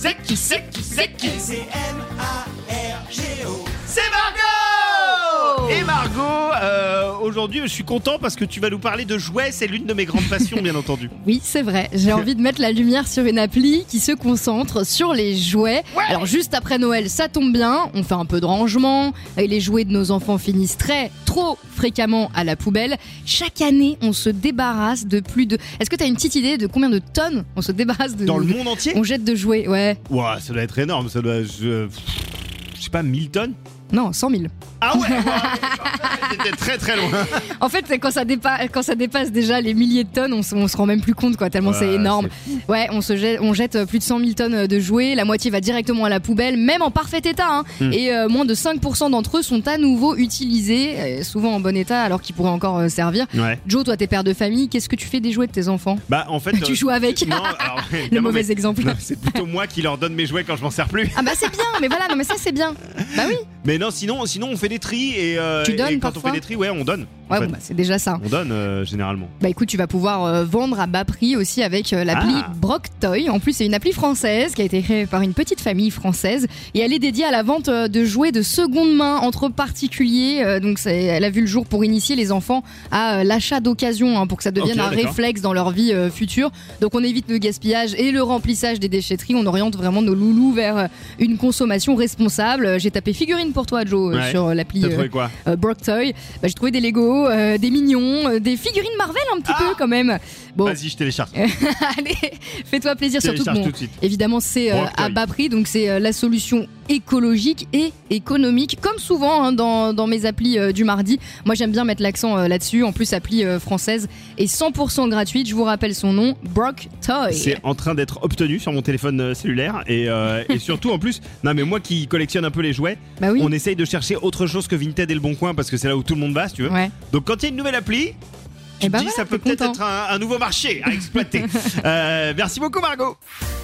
C'est M-A-R-G-O. C'est Margot. Et Margot, aujourd'hui je suis content parce que tu vas nous parler de jouets, c'est l'une de mes grandes passions bien entendu. Oui, c'est vrai. J'ai envie de mettre la lumière sur une appli qui se concentre sur les jouets. Ouais. Alors juste après Noël, ça tombe bien. On fait un peu de rangement. Et les jouets de nos enfants finissent trop fréquemment à la poubelle. Chaque année, on se débarrasse de plus de... Est-ce que tu as une petite idée de combien de tonnes on se débarrasse de... Dans le monde entier ? On jette de jouets, ouais. Ouah, ça doit être énorme, ça doit... Je sais pas, 1000 tonnes ? Non, 100 000. Ah ouais, c'était très très loin. En fait, quand ça dépasse déjà les milliers de tonnes, on se rend même plus compte, quoi, tellement c'est énorme. Ouais, on jette plus de 100 000 tonnes de jouets, la moitié va directement à la poubelle, même en parfait état, hein. Et moins de 5% d'entre eux sont à nouveau utilisés, souvent en bon état, alors qu'ils pourraient encore servir. Ouais. Joe, toi, t'es père de famille, qu'est-ce que tu fais des jouets de tes enfants ? Bah en fait... Tu joues avec. Non, alors, Le mauvais exemple. Non, c'est plutôt moi qui leur donne mes jouets quand je m'en sers plus. Ah bah c'est bien, mais voilà, non mais ça c'est bien. Bah oui. Mais non, sinon on fait des tris et, Tu donnes et quand parfois on fait des tris, ouais, on donne. Ouais, En fait. bon, bah, c'est déjà ça. On donne généralement. Bah écoute, tu vas pouvoir vendre à bas prix aussi avec l'appli Broctoy. En plus, c'est une appli française qui a été créée par une petite famille française et elle est dédiée à la vente de jouets de seconde main entre particuliers. Donc elle a vu le jour pour initier les enfants à l'achat d'occasion, hein, pour que ça devienne un réflexe dans leur vie future. Donc on évite le gaspillage et le remplissage des déchetteries. On oriente vraiment nos loulous vers une consommation responsable. J'ai tapé figurine pour toi, Joe, sur l'appli T'as trouvé quoi ? Broctoy. Bah, j'ai trouvé des Lego, des mignons, des figurines Marvel un petit peu quand même. Bon. Vas-y, je télécharge. Allez, fais-toi plaisir, surtout que tout de suite. évidemment c'est à bas prix, donc c'est la solution écologique et économique, comme souvent, hein, dans mes applis du mardi. Moi j'aime bien mettre l'accent là-dessus. En plus, appli française et 100% gratuite. Je vous rappelle son nom, Broctoy. C'est en train d'être obtenu sur mon téléphone cellulaire et surtout en plus, non mais moi qui collectionne un peu les jouets, bah oui. on essaye de chercher autre chose que Vinted et Le Bon Coin parce que c'est là où tout le monde va, si tu veux. Ouais. Donc quand il y a une nouvelle appli, tu te dis voilà, ça peut peut-être être un nouveau marché à exploiter. Merci beaucoup Margot.